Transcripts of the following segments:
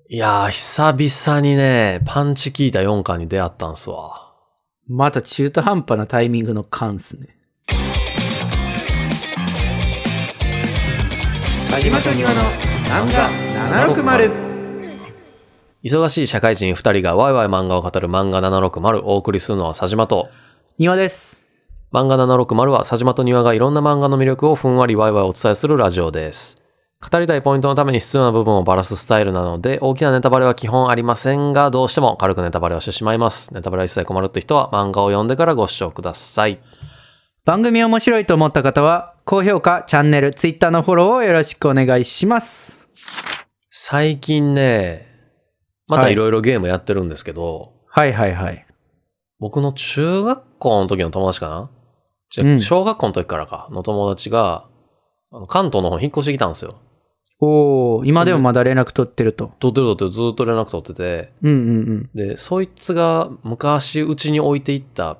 いやー、久々にね、パンチ効いた4巻に出会ったんすわ。 また中途半端なタイミングの巻っすね。 佐島と庭の漫画760。 忙しい社会人2人がワイワイ漫画を語る漫画760。お送りするのは佐島と庭です。 漫画760は佐島と庭がいろんな漫画の魅力をふんわりワイワイお伝えするラジオです。語りたいポイントのために必要な部分をバラすスタイルなので、大きなネタバレは基本ありませんが、どうしても軽くネタバレをしてしまいます。ネタバレは一切困るって人は漫画を読んでからご視聴ください。 番組面白いと思った方は、高評価、チャンネル、ツイッターのフォローをよろしくお願いします。 最近ね、またいろいろゲームやってるんですけど、 はいはいはい。 僕の中学校の時の友達かな、小学校の時からかの友達が、関東の方に引っ越してきたんですよ。 おー、今でもまだ連絡取ってると。 取ってるずっと連絡取ってて、で、そいつが昔うちに置いていった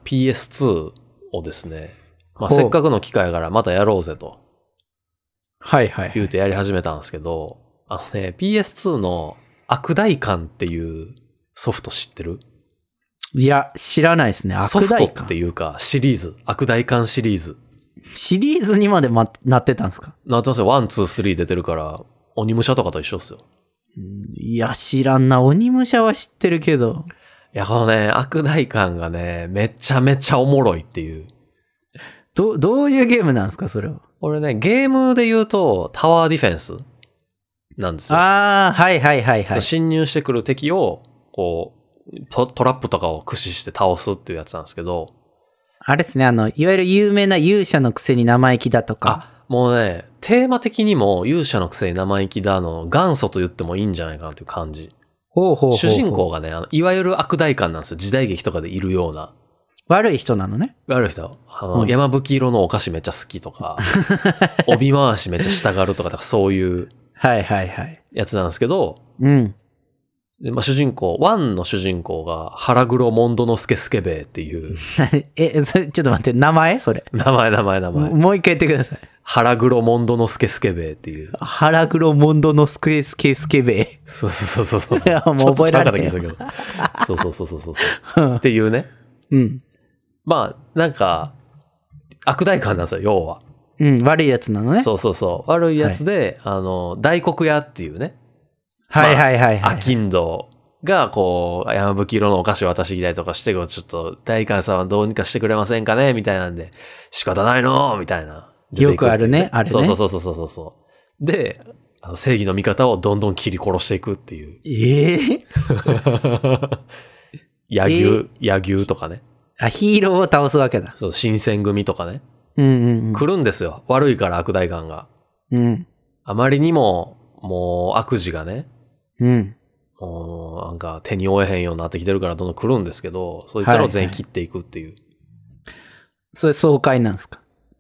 PS2 をですね、まあ、せっかくの機会からまたやろうぜと。 はいはい。 言うてやり始めたんですけど、PS2 の悪代官っていうソフト知ってる？ いや、知らないですね。 ソフ悪代官トっていうかシリーズ、悪代官シリーズ。 シリーズにまで、なってたんですか？ なってますよ。1、2、3出てるから、鬼武者とかと一緒っすよ。 いや、知らんな。鬼武者は知ってるけど。 いや、このね、悪代官がね、めちゃめちゃおもろいっていう。 どういうゲームなんですか、それは。 これね、ゲームで言うと、タワーディフェンスなんですよ。 ああ、はいはいはいはい。 侵入してくる敵を、こう、トラップとかを駆使して倒すっていうやつなんですけど、 あれですね、いわゆる有名な勇者のくせに生意気だとか。 あ、もうね、テーマ的にも勇者のくせに生意気だの元祖と言ってもいいんじゃないかなという感じ。 ほう主人公がね、いわゆる悪代官なんですよ。時代劇とかでいるような。 悪い人なのね。 悪い人。山吹色のお菓子めっちゃ好きとか、帯回しめっちゃ従うとか、そういうはいはいはい。 やつなんですけど、 うん。 でまあ、1の主人公が腹黒モンドノスケスケベイっていう。 それちょっと待って、名前それ。 名前。 もう一回言ってください。 腹黒モンドノスケスケベイっていう。 腹黒モンドノスケスケスケベイ。 そう。 いや、もう覚えられない。 そう。っていうね。 うん。 まあ、なんか、悪代官なんですよ、要は。 うん、悪いやつなのね。 そう。悪いやつで、大黒屋っていうね。 はいはいはい。 アキンドが、こう、山吹色のお菓子を渡してきたりとかして、ちょっと、大官さんはどうにかしてくれませんかねみたいなんで、仕方ないのみたいな。 よくあるね、あれね。 そう。で、正義の味方をどんどん切り殺していくっていう。柳生とかね。 あ、ヒーローを倒すわけだ。 そう、新選組とかね。来るんですよ。悪いから悪代官が。あまりにも、もう悪事がね。もうなんか手に負えへんようになってきてるからどんどん来るんですけど、そいつらを全員切っていくっていう。 それ爽快なんですか？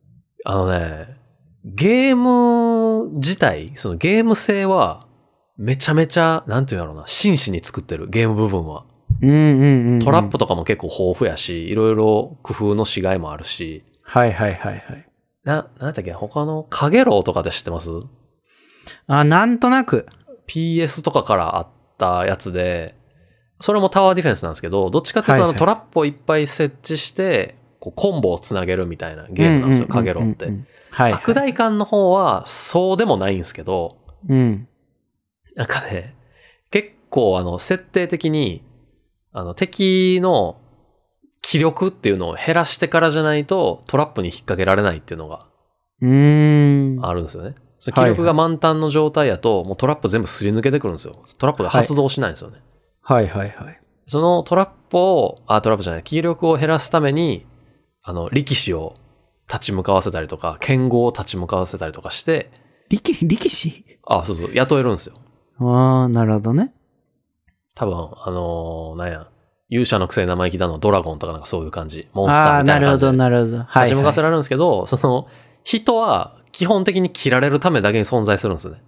ゲーム自体、そのゲーム性はめちゃめちゃ、なんていうんだろうな、真摯に作ってる、ゲーム部分は。トラップとかも結構豊富やし、いろいろ工夫のしがいもあるし。 はい。 なんだっけ、他のカゲロウとかで知ってます？ あ、なんとなく。 PS とかからあったやつで、それもタワーディフェンスなんですけど、どっちかっていうとトラップをいっぱい設置して、こうコンボをつなげるみたいなゲームなんですよ、カゲロウって。悪代官の方はそうでもないんですけど、なんかね、結構設定的に、敵の気力っていうのを減らしてからじゃないとトラップに引っ掛けられないっていうのがあるんですよね。その気力が満タンの状態やと、もうトラップ全部すり抜けてくるんですよ。トラップが発動しないんですよね。 はい。 そのトラップじゃない、気力を減らすために、力士を立ち向かわせたりとか、剣豪を立ち向かわせたりとかして、 力士？ あ、そう、雇えるんですよ。 ああ、なるほどね。 多分、勇者のくせに生意気だの、ドラゴンとかなんかそういう感じ。モンスターみたいな感じで。 なるほど。 立ち向かわせられるんですけど、その、人は基本的に切られるためだけに存在するんですね。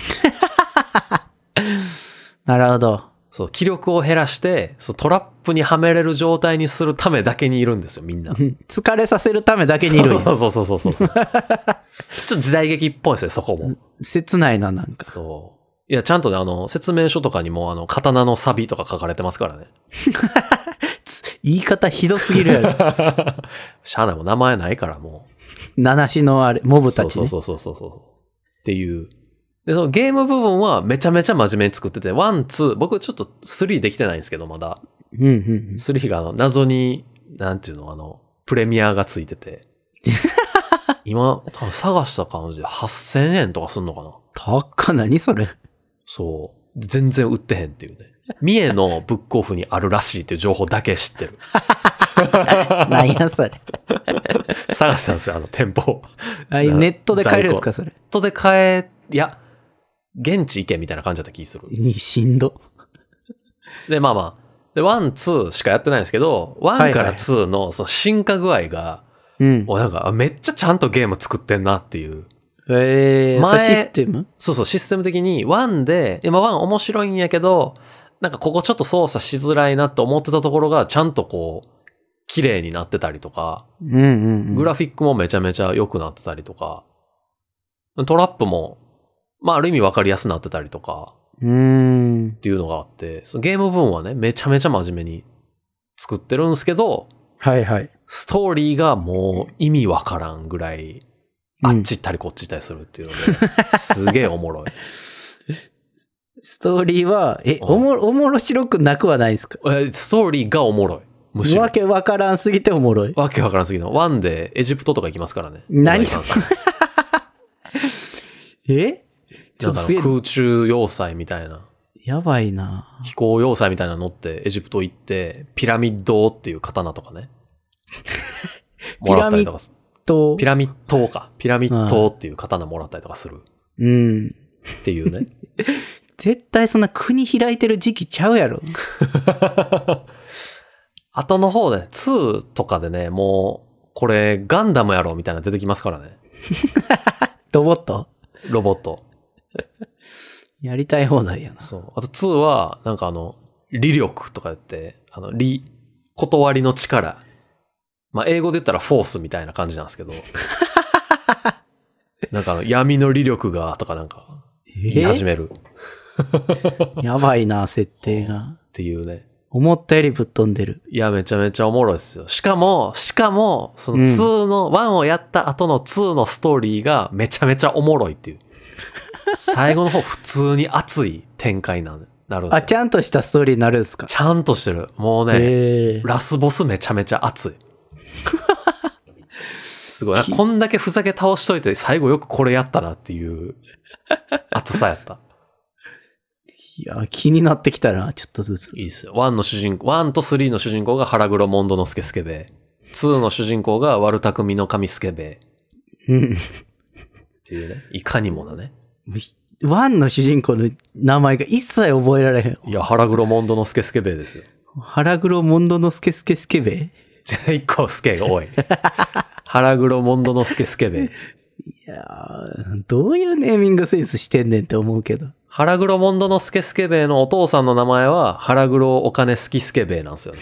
なるほど。 そう、気力を減らして、そう、トラップにはめれる状態にするためだけにいるんですよ、みんな。 疲れさせるためだけにいる。 そう。ちょっと時代劇っぽいですね、そこも。 切ないな、なんか。 そいや、ちゃんとね、説明書とかにも、刀のサビとか書かれてますからね。 言い方ひどすぎるやろ。 しゃあないもん、名前ないからも七種のあれ、モブたちね。 そう。っていう。で、そのゲーム部分はめちゃめちゃ真面目に作ってて、1、2、僕ちょっと3できてないんですけど、まだ。3が謎に、なんていうの、プレミアがついてて。今、多分探した感じで8000円とかすんのかな。 高っ、何それ。 そう。全然売ってへんっていうね。三重のブックオフにあるらしいっていう情報だけ知ってる。 何やそれ。 探したんですよ、店舗。 ネットで買えるんですか、それ。 ネットで買いや、現地行けみたいな感じだった気する。 しんど。 で、まあまあ。で、1、2しかやってないんですけど、1から2のその進化具合が、もうなんか、めっちゃちゃんとゲーム作ってんなっていう。 前システム？ そう、システム的に1で、今1面白いんやけど、なんかここちょっと操作しづらいなって思ってたところが、ちゃんとこう、綺麗になってたりとか、グラフィックもめちゃめちゃ良くなってたりとか、トラップも、まあある意味分かりやすくなってたりとか、っていうのがあって、そのゲーム部分はね、めちゃめちゃ真面目に作ってるんですけど、ストーリーがもう意味わからんぐらい、あっち行ったりこっち行ったりするっていうので、すげえおもろい。 ストーリーは、おもろ白くなくはないですか？ ストーリーがおもろい。むしろ。 わけわからんすぎておもろい。 わけわからんすぎの。1でエジプトとか行きますからね。 何それなんか空中要塞みたいな。 やばいな。 飛行要塞みたいなの乗ってエジプト行って、ピラミッドっていう刀とかね。もらったりとかする。ピラミッドか。ピラミッドっていう刀もらったりとかする。っていうね。 絶対そんな国開いてる時期ちゃうやろ。 後の方で、2とかでね、もう、これガンダムやろみたいなの出てきますからね。 ロボットやりたい放題やな。 そう。あと2は、なんか理力とか言って、断りの力。まあ、英語で言ったらフォースみたいな感じなんですけど。なんか闇の理力が、とかなんか、言い始める。 やばいな、設定が。 っていうね。 思ったよりぶっ飛んでる。 いや、めちゃめちゃおもろいですよ。しかも、その2の、1をやった後の2のストーリーがめちゃめちゃおもろいっていう。最後の方、普通に熱い展開になるんですよ。 ちゃんとしたストーリーになるんですか？ ちゃんとしてる。もうね、ラスボスめちゃめちゃ熱い。すごい。こんだけふざけ倒しといて、最後よくこれやったなっていう熱さやった。 いや、気になってきたな、ちょっとずつ。 いいっすよ。1と3の主人公が腹黒モンドノスケスケベ。2の主人公が悪巧の神スケベ。っていうね。いかにもだね。 1の主人公の名前が一切覚えられへん。 いや、腹黒モンドノスケスケベですよ。 腹黒モンドノスケスケスケベ？ じゃあ一個スケが多い。腹黒モンドノスケスケベ。 いやー、どういうネーミングセンスしてんねんって思うけど。 腹黒モンドノスケスケベのお父さんの名前は腹黒お金好きスケベなんですよね。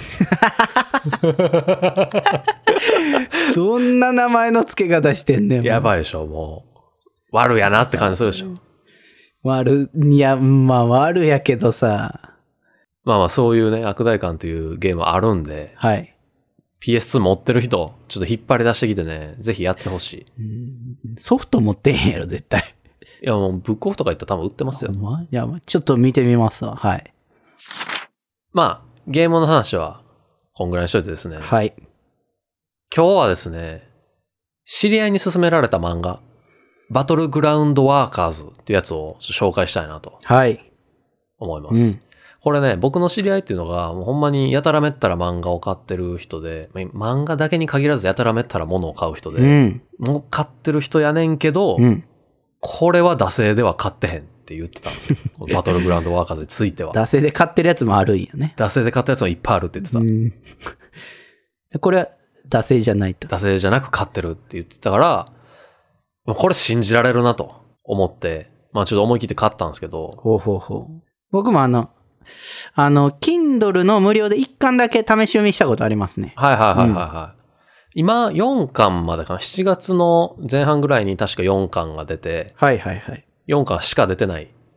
どんな名前の付け方してんねん。 やばいでしょ、もう。悪やなって感じするでしょ。 いや、まあ悪やけどさ。 まあまあそういうね、悪代官っていうゲームあるんで。 はい。 PS2 持ってる人、ちょっと引っ張り出してきてね、ぜひやってほしい。 ソフト持ってへんやろ、絶対。 いやもうブックオフとか行ったら多分売ってますよ。 いや、ちょっと見てみますわ。はい。 まあ、ゲームの話は、こんぐらいにしといてですね。 はい。 今日はですね、知り合いに勧められた漫画、バトルグラウンドワーカーズっていうやつを紹介したいなと。 はい。 思います。これね、僕の知り合いっていうのが、もうほんまにやたらめったら漫画を買ってる人で、漫画だけに限らずやたらめったら物を買う人で、もう買ってる人やねんけど、これは惰性では買ってへんって言ってたんですよ。バトルグラウンドワーカーズについては。 惰性で買ってるやつもあるんやね。 惰性で買ったやつもいっぱいあるって言ってた。これは惰性じゃないと。 惰性じゃなく買ってるって言ってたから、これ信じられるなと思って、まあちょっと思い切って買ったんですけど。 僕もKindle の無料で1巻だけ試し読みしたことありますね。 はい。今4巻までかな。7月の前半ぐらいに確か4巻が出て。4巻しか出てない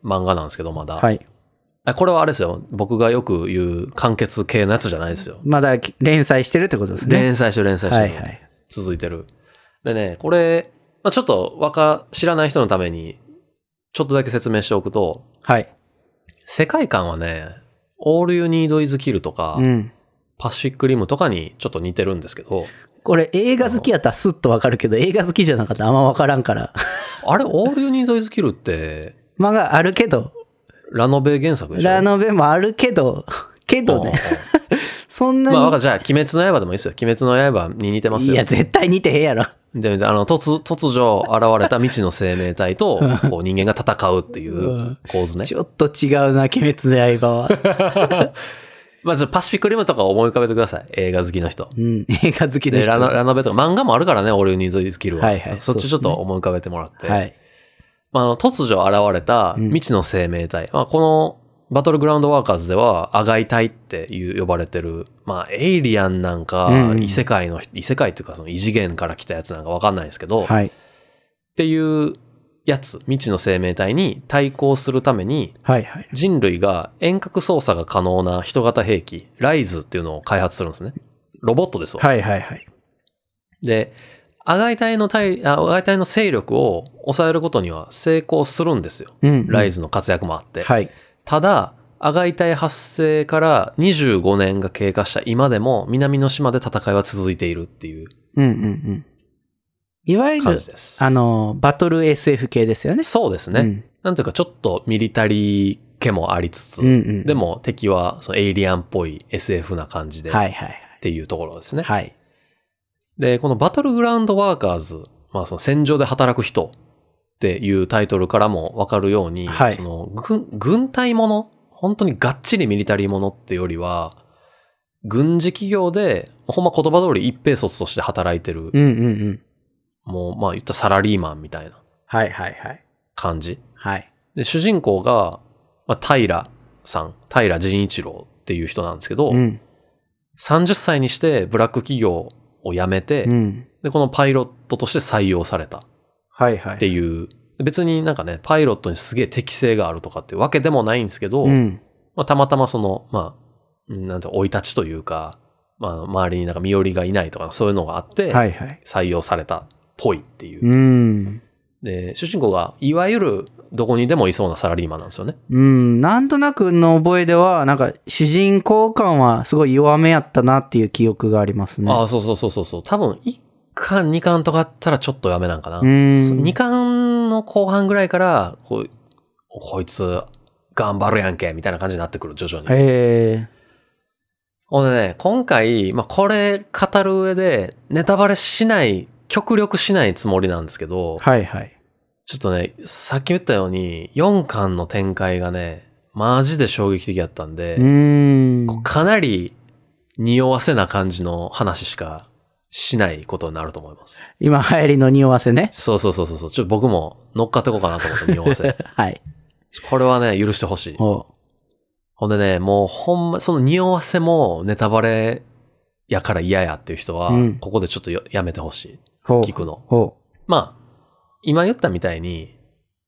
漫画なんですけど、まだ。 はい。 これはあれですよ。僕がよく言う完結系のやつじゃないですよ。 まだ連載してるってことですね。 連載してる。 はいはい。 続いてる。でね、これ、まあ、ちょっと知らない人のために、ちょっとだけ説明しておくと、 はい。 世界観はね、All You Need Is Kill とか、パシフィックリムとかにちょっと似てるんですけど、 これ映画好きやったらスッとわかるけど、映画好きじゃなかったらあんまわからんから。 あれ、All You Need Is Kill って、 漫画あるけど、 ラノベ原作でしょ？ ラノベもあるけどね。そんなに。 まあ、じゃあ、鬼滅の刃でもいいですよ。鬼滅の刃に似てますよ。 いや、絶対似てへんやろ。 で、突如現れた未知の生命体と、こう人間が戦うっていう構図ね。 ちょっと違うな、鬼滅の刃は。 まず、パシフィックリムとか思い浮かべてください。映画好きの人。 映画好きの人。 で、ラノベとか漫画もあるからね、All You Need Is Kill は。 はいはい。 そっちちょっと思い浮かべてもらって。 はい。 まあ、突如現れた未知の生命体。まあ、このバトルグラウンドワーカーズでは、アガイ隊って呼ばれてる、まあ、エイリアンなんか、異世界っていうか、その異次元から来たやつなんかわかんないですけど、 はい。 っていうやつ、未知の生命体に対抗するために、 はいはい。 人類が遠隔操作が可能な人型兵器、ライズっていうのを開発するんですね。ロボットですわ。 はいはいはい。 で、アガイ隊の勢力を抑えることには成功するんですよ。ライズの活躍もあって。 はい。 ただ、アガイ隊発生から25年が経過した今でも南の島で戦いは続いているっていういわゆる感じです。 バトル SF 系ですよね。 そうですね。なんていうかちょっとミリタリー系もありつつ、でも敵はそのエイリアンっぽい SF な感じで、っていうところですね。 はい。 で、このバトルグラウンドワーカーズ、まあその戦場で働く人っていうタイトルからもわかるように、その軍隊もの、本当にがっちりミリタリーものってよりは、軍事企業で、ほんま言葉通り一兵卒として働いてる、もうまあ言ったサラリーマンみたいな感じ。で、主人公が、まあ、平仁一郎っていう人なんですけど、30歳にしてブラック企業を辞めて、で、このパイロットとして採用されたっていう、別になんかね、パイロットにすげえ適性があるとかっていうわけでもないんですけど、まあ、たまたまその、まあ、なんて生い立ちというか、まあ、周りになんか身寄りがいないとかそういうのがあって、採用されたっぽいっていう。で、主人公がいわゆるどこにでもいそうなサラリーマンなんですよね。 なんとなくの覚えでは、なんか主人公感はすごい弱めやったなっていう記憶がありますね。 ああ、そう。多分1巻2巻とかあったらちょっとやめなんかな。2巻の後半ぐらいからこいつ頑張るやんけみたいな感じになってくる、徐々に。ほんでね、今回、まあ、これ語る上でネタバレ極力しないつもりなんですけど、ちょっとね、さっき言ったように4巻の展開がね、マジで衝撃的だったんで、かなり匂わせな感じの話しかしないことになると思います。 今流行りの匂わせね。 そう。ちょっと僕も乗っかっていこうかなと思って匂わせ。これはね、許してほしい。ほんでね、もうほんま、その匂わせもネタバレやから嫌やっていう人は、ここでちょっとやめてほしい。聞くの。まあ、今言ったみたいに、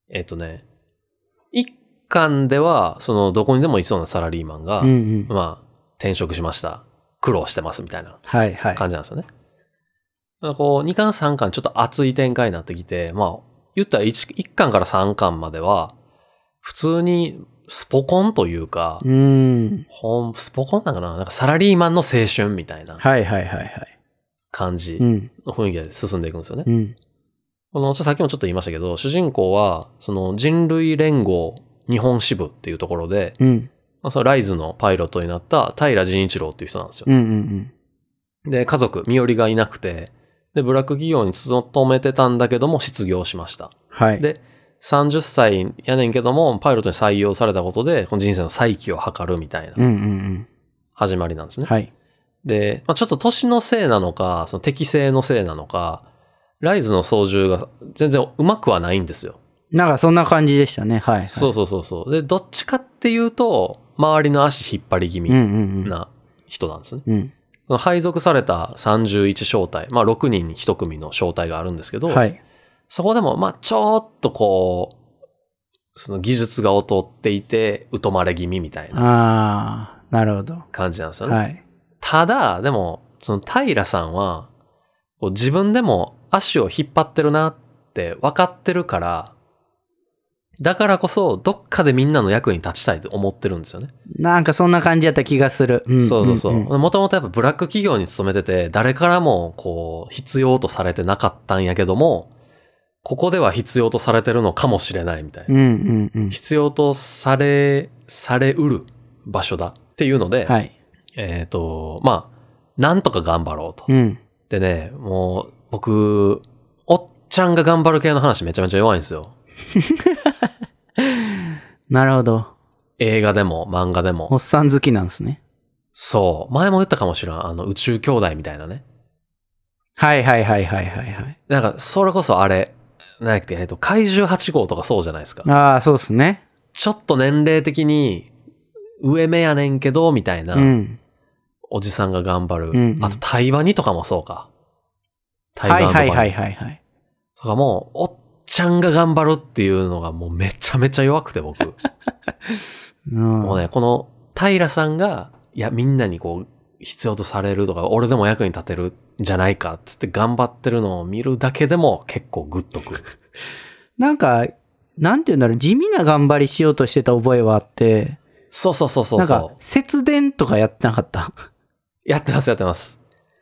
一巻では、そのどこにでもいそうなサラリーマンが、まあ、転職しました。苦労してますみたいな感じなんですよね。こう、2巻3巻ちょっと熱い展開になってきて、まあ、言ったら 1巻から3巻までは、普通にスポコンというか、スポコンなんかサラリーマンの青春みたいな感じの雰囲気で進んでいくんですよね。さっきもちょっと言いましたけど、主人公は、その人類連合日本支部っていうところで、そのライズのパイロットになった平仁一郎っていう人なんですよ。で、家族、身寄りがいなくて、で、ブラック企業に勤めてたんだけども、失業しました。で、30歳やねんけども、パイロットに採用されたことで、この人生の再起を図るみたいな、始まりなんですね。で、まあ、ちょっと年のせいなのか、その適性のせいなのか、ライズの操縦が全然うまくはないんですよ。 なんかそんな感じでしたね。 そう。で、どっちかっていうと、周りの足引っ張り気味な人なんですね。配属された31小隊、まあ6人に1組の小隊があるんですけど、そこでもまあちょっとこう、 その技術が劣っていて疎まれ気味みたいなああ、なるほど。 感じなんですよね。 はい。 ただ、でも、その平さんは、こう自分でも足を引っ張ってるなって分かってるから、だからこそ、どっかでみんなの役に立ちたいと思ってるんですよね。 なんかそんな感じやった気がする。 そうそうそう。もともとやっぱブラック企業に勤めてて、誰からもこう、必要とされてなかったんやけども、ここでは必要とされてるのかもしれないみたいな。必要とされうる場所だっていうので、はい、まあ、なんとか頑張ろうと。でね、もう、僕、おっちゃんが頑張る系の話めちゃめちゃ弱いんですよ。 なるほど。 映画でも漫画でも。 おっさん好きなんですね。 そう。前も言ったかもしれん。宇宙兄弟みたいなね。 はいはいはい。 なんか、それこそあれ、なんやっけ、怪獣8号とかそうじゃないですか。 ああ、そうですね。 ちょっと年齢的に、上目やねんけど、みたいな、おじさんが頑張る。あと、対話にとかもそうか。 対話とか。はい。 とかもう、おっちゃんが頑張るっていうのがもうめちゃめちゃ弱くて、僕。もうね、この、平さんが、いや、みんなにこう、必要とされるとか、俺でも役に立てるんじゃないかっつって頑張ってるのを見るだけでも結構グッとくる。 なんか、なんていうんだろう、地味な頑張りしようとしてた覚えはあって、 そう。 なんか、節電とかやってなかった？ やってます。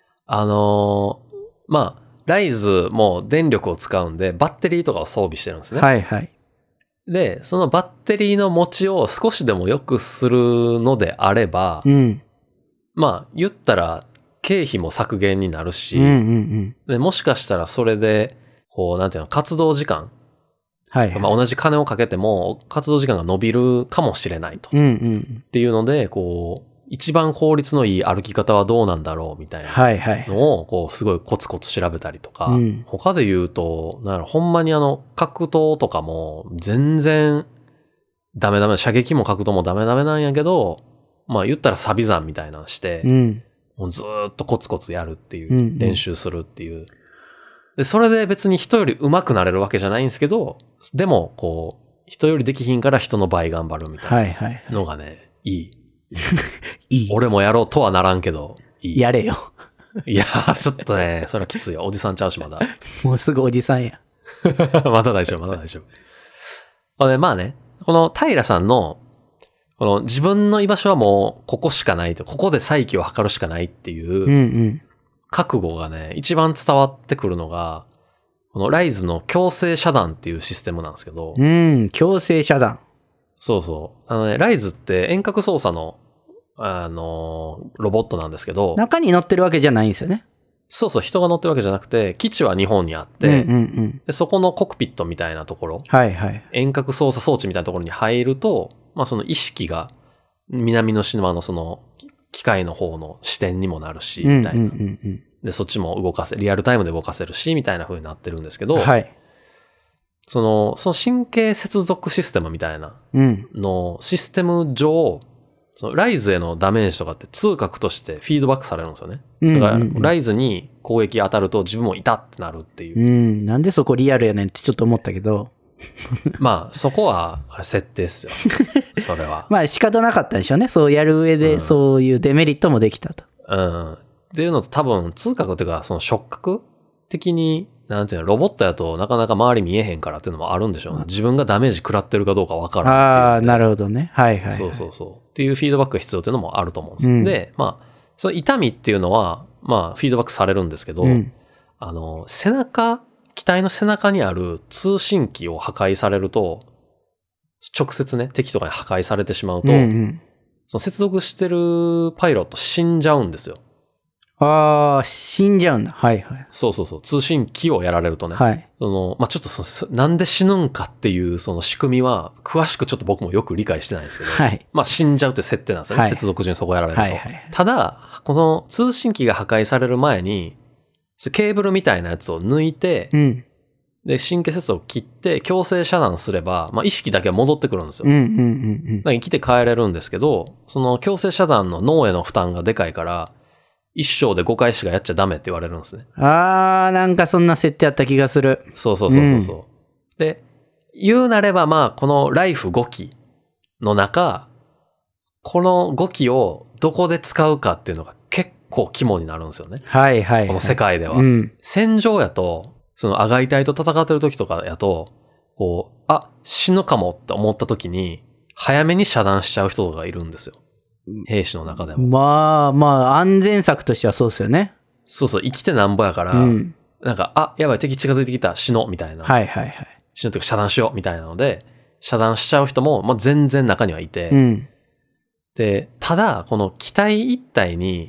まあ、ライズも電力を使うんで、バッテリーとかを装備してるんですね。 はいはい。 で、そのバッテリーの持ちを少しでも良くするのであれば、まあ、言ったら、経費も削減になるし、でもしかしたらそれで、こう、なんていうの、活動時間、まあ、同じ金をかけても、活動時間が伸びるかもしれないと。っていうので、こう、一番効率のいい歩き方はどうなんだろうみたいなのを、こう、すごいコツコツ調べたりとか、他で言うと、ほんまに格闘とかも、全然、ダメ、射撃も格闘もダメなんやけど、まあ言ったらサビ山みたいなのして、もうずーっとコツコツやるっていう、練習するっていう。で、それで別に人より上手くなれるわけじゃないんですけど、でも、こう、人よりできひんから人の倍頑張るみたいなのがね、いい。いい。俺もやろうとはならんけど、いい。 やれよ。 いやー、ちょっとね、それはきついよ。おじさんちゃうし、まだ。 もうすぐおじさんや。 まだ大丈夫。まあね、この平さんの、この自分の居場所はもうここしかないと、ここで再起を図るしかないっていう覚悟がね、一番伝わってくるのが、このライズの強制遮断っていうシステムなんですけど。 強制遮断。 そう。ライズって遠隔操作の、ロボットなんですけど。 中に乗ってるわけじゃないんですよね。 そう、人が乗ってるわけじゃなくて、基地は日本にあって、でそこのコックピットみたいなところ、遠隔操作装置みたいなところに入ると、まあその意識が南の島のその機械の方の視点にもなるし、みたいな。で、そっちもリアルタイムで動かせるし、みたいな風になってるんですけど、その神経接続システムみたいなのシステム上、そのライズへのダメージとかって痛覚としてフィードバックされるんですよね。だから、ライズに攻撃当たると自分も痛ってなるっていう。 なんでそこリアルやねんってちょっと思ったけど。 まあ、そこは、あれ設定っすよ。それは。 まあ仕方なかったんでしょうね。そうやる上で、そういうデメリットもできたと。 っていうのと多分、痛覚っていうか、その触覚的に、なんていうの、ロボットやとなかなか周り見えへんからっていうのもあるんでしょうね。自分がダメージ食らってるかどうかわからないっていう。なるほどね。 そう。っていうフィードバックが必要っていうのもあると思うんですよ。で、まあ、その痛みっていうのは、まあ、フィードバックされるんですけど、機体の背中にある通信機を破壊されると、直接ね、敵とかに破壊されてしまうと、その接続してるパイロット死んじゃうんですよ。 死んじゃうんだ。 そう。通信機をやられるとね。まあちょっとなんで死ぬんかっていうその仕組みは、詳しくちょっと僕もよく理解してないんですけど、まあ死んじゃうという設定なんですよね。接続時にそこやられると。ただ、この通信機が破壊される前に、ケーブルみたいなやつを抜いて、で、神経節を切って強制遮断すれば、まあ意識だけは戻ってくるんですよ。生きて帰れるんですけど、その強制遮断の脳への負担がでかいから、一生で5回しかやっちゃダメって言われるんですね。 なんかそんな設定あった気がする。 そう。で、 言うなればまあ、このライフ5期の中、この5期をどこで使うかっていうのが結構肝になるんですよね。 はいはい、はい。 この世界では。 うん、 戦場やと、そのアガイ隊と戦ってる時とかやと、こう、死ぬかもって思った時に、早めに遮断しちゃう人がいるんですよ。兵士の中でも。 まあ、安全策としてはそうですよね。 そうそう、生きてなんぼやから、なんか、やばい、敵近づいてきた、死のう、みたいな。 はいはいはい。 死ぬというか遮断しよう、みたいなので、遮断しちゃう人も、まあ、全然中にはいて、で、ただ、この機体一体に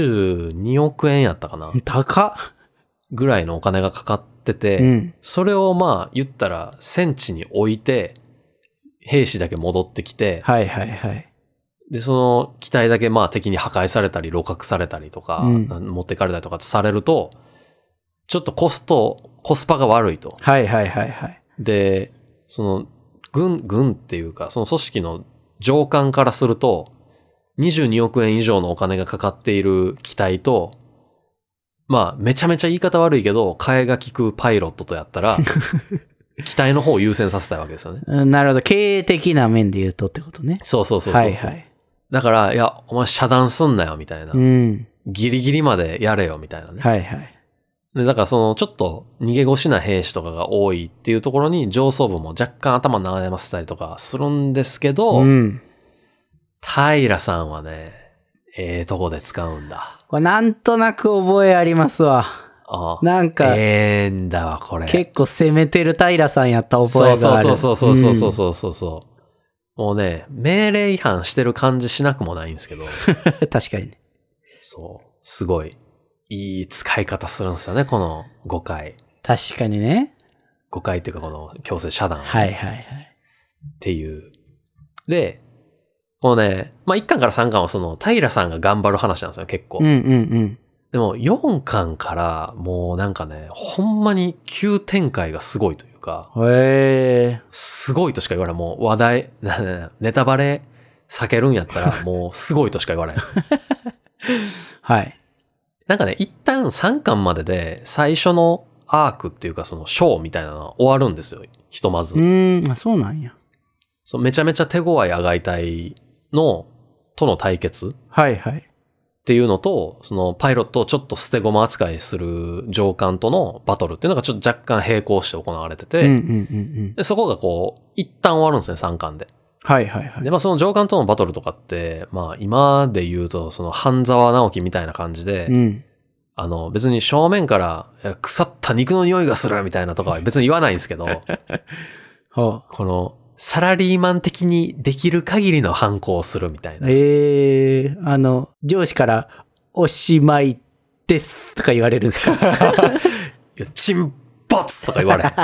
22億円やったかな。 高っぐらいのお金がかかってて、それをまあ言ったら戦地に置いて、兵士だけ戻ってきて、 はいはいはい。 で、その機体だけまあ敵に破壊されたり、露獲されたりとか、持ってかれたりとかされると、ちょっとコスパが悪いと。 はいはいはいはい。 で、その、軍っていうか、その組織の上官からすると、22億円以上のお金がかかっている機体と、まあ、めちゃめちゃ言い方悪いけど、替えが利くパイロットとやったら、機体の方を優先させたいわけですよね。 なるほど。経営的な面で言うとってことね。 そうそうそうそう。 はいはい。 だから、いや、お前遮断すんなよ、みたいな。ギリギリまでやれよ、みたいなね。 はいはい。 で、だからちょっと逃げ腰な兵士とかが多いっていうところに上層部も若干頭悩ませたりとかするんですけど、平さんはね、とこで使うんだ。 これなんとなく覚えありますわ。なんか、 んだわ、これ。 結構攻めてる平さんやった覚えがある。 そう。もうね、命令違反してる感じしなくもないんですけど。 確かにね。 そう。すごい、いい使い方するんですよね、この5回。 確かにね。 5回っていうかこの強制遮断、ね。 はいはいはい。 っていう。で、このね、まあ1巻から3巻はその平さんが頑張る話なんですよ、結構。でも4巻からもうなんかね、ほんまに急展開がすごいというか、すごいとしか言われん。もう話題、ネタバレ避けるんやったらもうすごいとしか言われん。 はい。 なんかね、一旦3巻までで最初のアークっていうかそのショーみたいなのは終わるんですよ、ひとまず。 そうなんや。 めちゃめちゃ手強いアガイ隊との対決。 はいはい。 っていうのと、そのパイロットをちょっと捨て駒扱いする上官とのバトルっていうのがちょっと若干並行して行われてて、でそこがこう、一旦終わるんですね、3巻で。 はいはいはい。 で、まあその上官とのバトルとかって、まあ今で言うと、その半沢直樹みたいな感じで、別に正面から腐った肉の匂いがするみたいなとかは別に言わないんですけど、この、サラリーマン的にできる限りの反抗をするみたいな。 上司からおしまいですとか言われるんですか？ いや、沈没とか言われへん。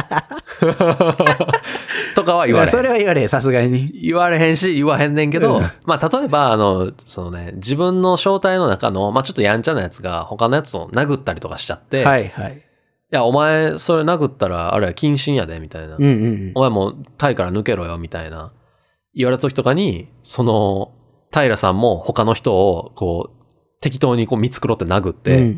とかは言われへん。 それは言われへん、さすがに。 言われへんし、言わへんねんけど、まあ、例えば、そのね、自分の正体の中の、まあ、ちょっとやんちゃなやつが他のやつと殴ったりとかしちゃって、 はいはい。 いや、お前、それ殴ったら、あれは謹慎やで、みたいな。お前もう、タイから抜けろよ、みたいな。言われた時とかに、平さんも他の人を、こう、適当にこう見繕って殴って、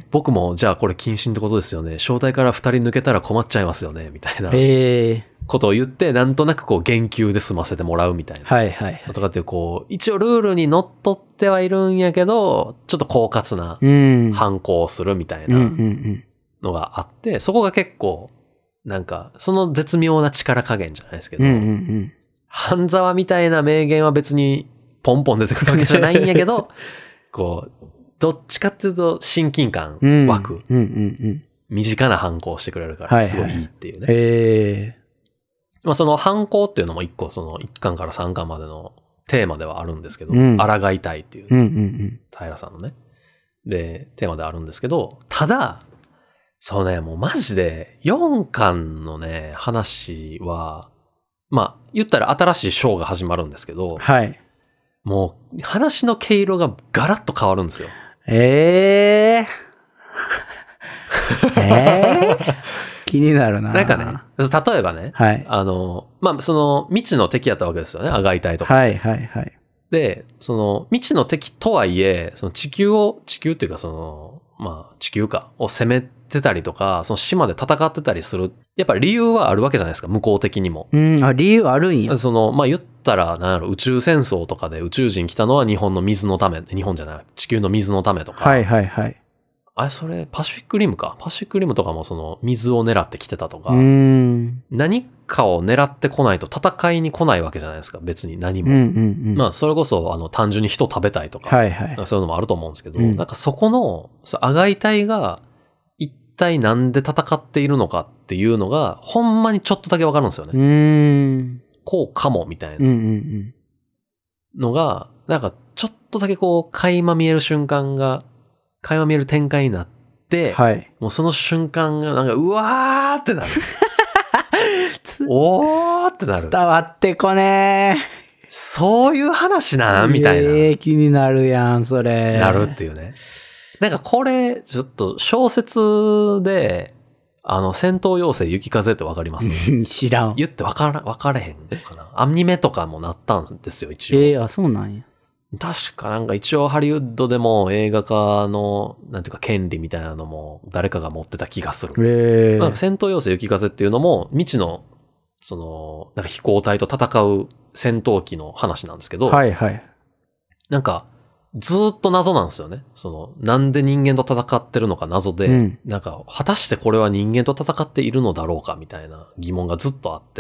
僕も、じゃあこれ謹慎ってことですよね。正体から2人抜けたら困っちゃいますよね、みたいな。ことを言って、なんとなくこう、言及で済ませてもらうみたいな。 はいはい。 とかっていう、こう、一応ルールにのっとってはいるんやけど、ちょっと狡猾な反抗をするみたいな。のがあって、そこが結構、なんか、その絶妙な力加減じゃないですけど、半沢みたいな名言は別にポンポン出てくるわけじゃないんやけど、こう、どっちかっていうと親近感湧く、身近な反抗をしてくれるから、すごいいいっていうね。まあその反抗っていうのも一個、その1巻から3巻までのテーマではあるんですけど、抗いたいっていう、平さんのね。で、テーマであるんですけど、ただ、そうね、もうマジで、4巻のね、話は、まあ、言ったら新しい章が始まるんですけど、 はい。 もう、話の毛色がガラッと変わるんですよ。 気になるな。 なんかね、例えばね、 はい。 まあ、その、未知の敵やったわけですよね、アガイ隊とか。 はいはいはい。 で、その、未知の敵とはいえ、その地球っていうかその、 まあ地球かを攻めてたりとか、その島で戦ってたりする、やっぱり理由はあるわけじゃないですか、向こう的にも。 理由あるんや。 まあ言ったら、なんやろ、宇宙戦争とかで宇宙人来たのは日本の水のため、日本じゃない、地球の水のためとか。 はいはいはい。 それ、パシフィックリムか。パシフィックリムとかもその水を狙って来てたとか。何かを狙ってこないと戦いに来ないわけじゃないですか、別に何も。まあ、それこそ、単純に人食べたいとか。はいはい。そういうのもあると思うんですけど、なんかそこの、アガイ隊が、一体なんで戦っているのかっていうのが、ほんまにちょっとだけわかるんですよね。こうかも、みたいな。のが、なんか、ちょっとだけこう、垣間見える瞬間が、垣間見える展開になって、はい、もうその瞬間がなんか、うわーってなる。おーってなる。 伝わってこねー。 そういう話なんみたいな。 気になるやん、それ。 なるっていうね。なんかこれ、ちょっと小説で、戦闘妖精雪風ってわかります？ 知らん。 言ってわかれへんかな。アニメとかもなったんですよ、一応。 そうなんや。 確かなんか一応ハリウッドでも映画化の、なんていうか権利みたいなのも誰かが持ってた気がする。なんか戦闘妖精雪風っていうのも未知の、なんか飛行隊と戦う戦闘機の話なんですけど、はいはい。なんか、ずーっと謎なんですよね。なんで人間と戦ってるのか謎で、なんか、果たしてこれは人間と戦っているのだろうかみたいな疑問がずっとあって、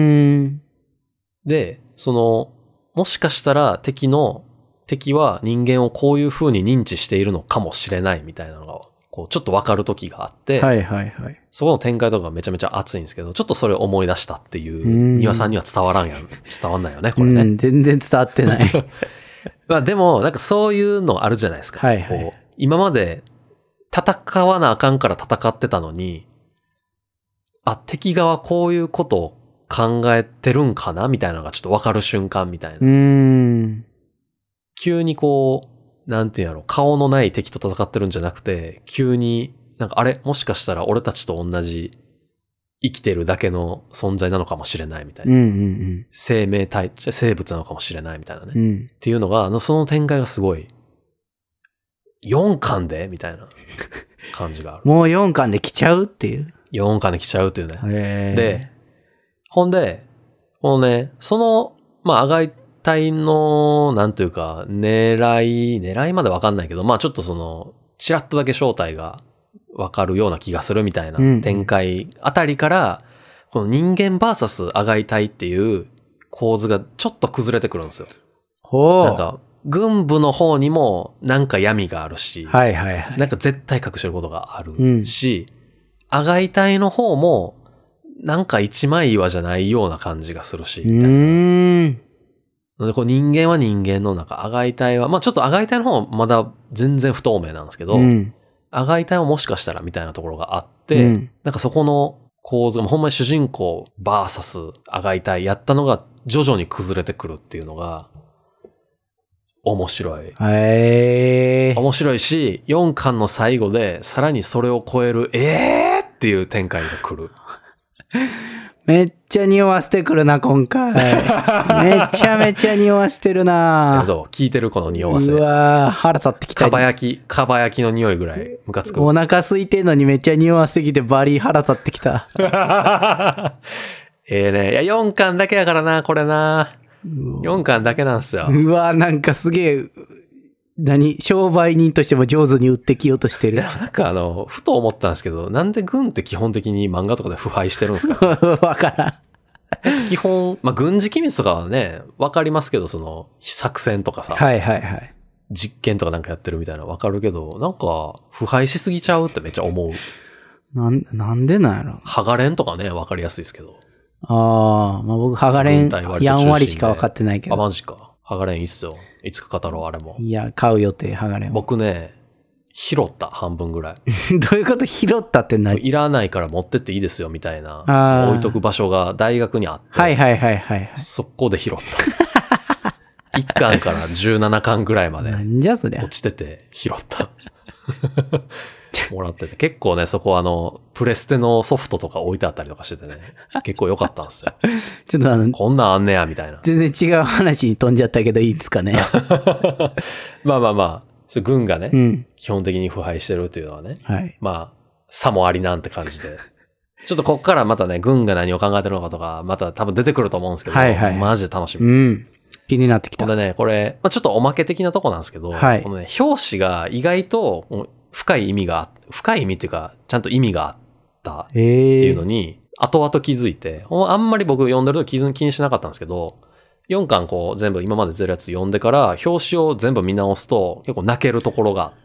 で、もしかしたら敵は人間をこういう風に認知しているのかもしれないみたいなのが、こう、ちょっとわかる時があって、はいはいはい。そこの展開とかがめちゃめちゃ熱いんですけど、ちょっとそれを思い出したっていう、庭さんには伝わんないよね、これね。 全然伝わってない。 まあでも、なんかそういうのあるじゃないですか。はいはい、こう今まで戦わなあかんから戦ってたのに、敵側こういうことを考えてるんかなみたいなのがちょっとわかる瞬間みたいな。急にこう、なんていうんやろ、顔のない敵と戦ってるんじゃなくて、急になんかもしかしたら俺たちと同じ生きてるだけの存在なのかもしれないみたいな。生命体、生物なのかもしれないみたいなね。っていうのが、その展開がすごい、4巻でみたいな感じがある。 もう4巻で来ちゃうっていう。 4巻で来ちゃうっていうね。で、ほんで、このね、まあ、アガイ隊の、なんというか、狙いまでわかんないけど、まあちょっとチラッとだけ正体がわかるような気がするみたいな展開あたりから、この人間 VS アガイ隊っていう構図がちょっと崩れてくるんですよ。なんか、軍部の方にもなんか闇があるし、はいはいはい、なんか絶対隠してることがあるし、アガイ隊の方もなんか一枚岩じゃないような感じがするし、みたいな。でこう人間は人間の中、アガイ隊は、まあちょっとアガイ隊の方はまだ全然不透明なんですけど、アガイ隊はもしかしたらみたいなところがあって、なんかそこの構図がほんまに主人公 VS アガイ隊やったのが徐々に崩れてくるっていうのが面白い。面白いし、4巻の最後でさらにそれを超えるっていう展開が来る。 めっちゃ匂わせてくるな、今回。めちゃめちゃ匂わせてるな。 どう聞いてるこの匂わせ。 うわー、腹立ってきた。 かば焼きの匂いぐらいムカつく。 お腹空いてんのにめっちゃ匂わせてきてバリ腹立ってきた。 ね。いや、4巻だけやからな、これな。4巻だけなんすよ。 うわー、なんかすげえ、商売人としても上手に売ってきようとしてる。 なんかふと思ったんですけど、なんで軍って基本的に漫画とかで腐敗してるんですか、 ね、わからん。基本、まあ、軍事機密とかはね、わかりますけど、作戦とかさ。はいはいはい。実験とかなんかやってるみたいなのわかるけど、なんか、腐敗しすぎちゃうってめっちゃ思う。 なんでなんやろ。 ハガレンとかね、わかりやすいですけど。 まあ僕、ハガレン、やんわりしかわかってないけど。 マジか。ハガレンいいっすよ。いつか語ろう、あれも。 いや、買う予定、ハガレン。 僕ね、拾った、半分ぐらい。 どういうこと拾ったって何？ いらないから持ってっていいですよ、みたいな。置いとく場所が大学にあって。 はいはいはいはい。 そこで拾った。1巻から17巻ぐらいまで。 なんじゃそりゃ。 落ちてて拾った。もらってて。結構ね、そこプレステのソフトとか置いてあったりとかしててね。結構良かったんですよ。 ちょっとこんなんあんねや、みたいな。 全然違う話に飛んじゃったけどいいですかね。 まあまあまあ。 軍がね、 うん、 基本的に腐敗してるっていうのはね、 はい、 まあ、さもありなんて感じで。ちょっとこっからまたね、軍が何を考えてるのかとか、また多分出てくると思うんですけど、 はいはい、 マジで楽しみ。 うん。気になってきた。 ほんでね、これ、まあ、ちょっとおまけ的なとこなんですけど、 はい、 このね、表紙が意外と深い意味っていうか、ちゃんと意味があったっていうのに、後々気づいて、あんまり僕読んでると気にしなかったんですけど、4巻こう全部今まで出るやつ読んでから、表紙を全部見直すと結構泣けるところがあって、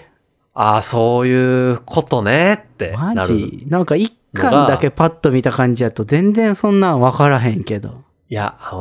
ああ、そういうことねってなる。 マジなんか一巻だけパッと見た感じだと全然そんなん分からへんけど。 いや、まあ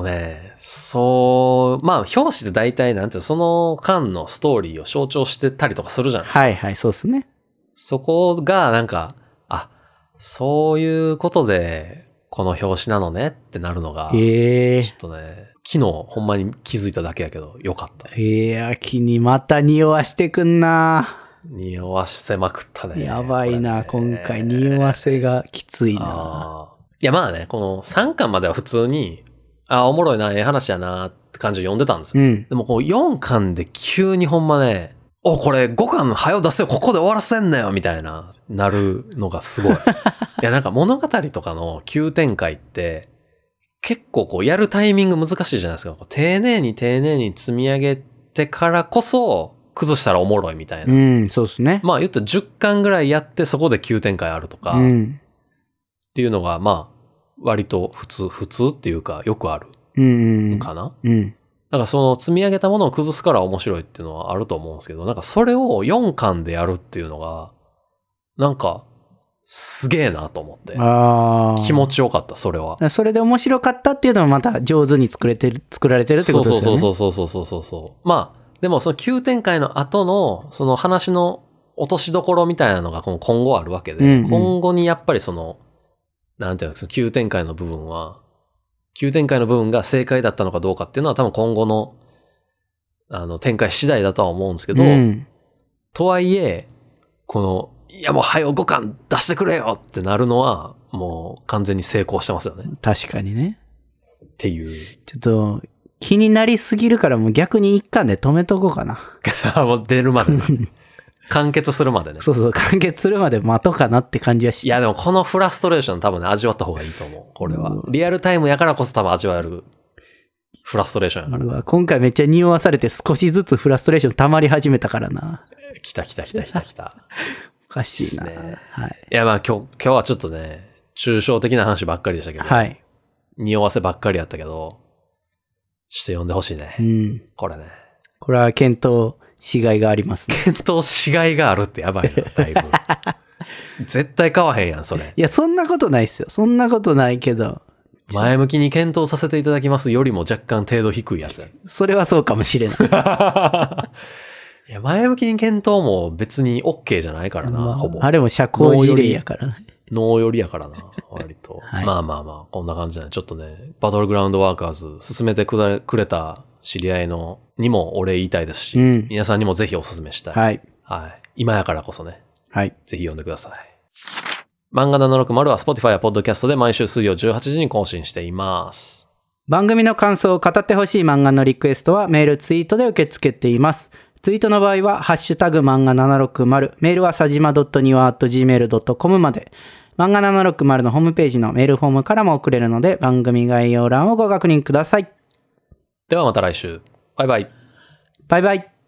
表紙で大体なんていうの、その巻のストーリーを象徴してたりとかするじゃないですか。 はいはい、そうですね。 そこがなんか、そういうことでこの表紙なのねってなるのが、ちょっとね、昨日ほんまに気づいただけやけどよかった。 気にまた匂わしてくんな。 匂わせまくったね。 やばいな、今回匂わせがきついな。 いやまあね、この3巻までは普通に、おもろいな、ええ話やなって感じで読んでたんですよ。でもこう4巻で急にほんまね、これ5巻早出せよ、ここで終わらせんなよ、みたいな、なるのがすごい。いやなんか物語とかの急展開って、結構こうやるタイミング難しいじゃないですか。丁寧に積み上げてからこそ、崩したらおもろいみたいな。 そうですね。 まあ言ったら10巻ぐらいやってそこで急展開あるとか、っていうのがまあ割と普通っていうかよくあるかな。なんかその積み上げたものを崩すから面白いっていうのはあると思うんですけど、なんかそれを4巻でやるっていうのが、なんかすげえなと思って。気持ちよかった、それは。 それで面白かったっていうのはまた上手に作られてるってことですよね。 そう。まあ、でもその急展開の後のその話の落としどころみたいなのが今後あるわけで、今後にやっぱりそのなんていうの、その急展開の部分が正解だったのかどうかっていうのは多分今後の展開次第だとは思うんですけど、とはいえいやもう早う5巻出してくれよってなるのはもう完全に成功してますよね。 確かにね。 っていうちょっと気になりすぎるからもう逆に1巻で止めとこうかな。 もう出るまで完結するまでね。 そう完結するまで待とうかなって感じはして。 いやでもこのフラストレーション多分ね味わった方がいいと思う。これはリアルタイムやからこそ多分味わえるフラストレーションやから。 今回めっちゃ匂わされて少しずつフラストレーション溜まり始めたからな。 来たおかしいな、 ね。はい。いやまあ今日はちょっとね抽象的な話ばっかりでしたけど、 はい。 匂わせばっかりやったけど、ちょっと読んでほしいね。これね。 これは検討しがいがありますね。 検討しがいがあるってやばいな、だいぶ。絶対買わへんやん、それ。 いや、そんなことないっすよ。そんなことないけど。 前向きに検討させていただきますよりも若干程度低いやつや。 それはそうかもしれない。 いや、前向きに検討も別に OK じゃないからな、ほぼ。 あれも社交辞令やからね。 脳寄りやからな、割と。はい、まあ、こんな感じだね。ちょっとね、バトルグラウンドワーカーズ進めてくれた知り合いにもお礼言いたいですし、皆さんにもぜひお勧めしたい。はい。今やからこそね。 はい。 ぜひ読んでください。漫画760は Spotify や Podcast で毎週水曜18時に更新しています。 番組の感想を語ってほしい漫画のリクエストはメールツイートで受け付けています。ツイートの場合はハッシュタグ漫画760、メールはさじま.niwa@gmail.com まで。漫画760のホームページのメールフォームからも送れるので番組概要欄をご確認ください。 ではまた来週。バイバイ。 バイバイ。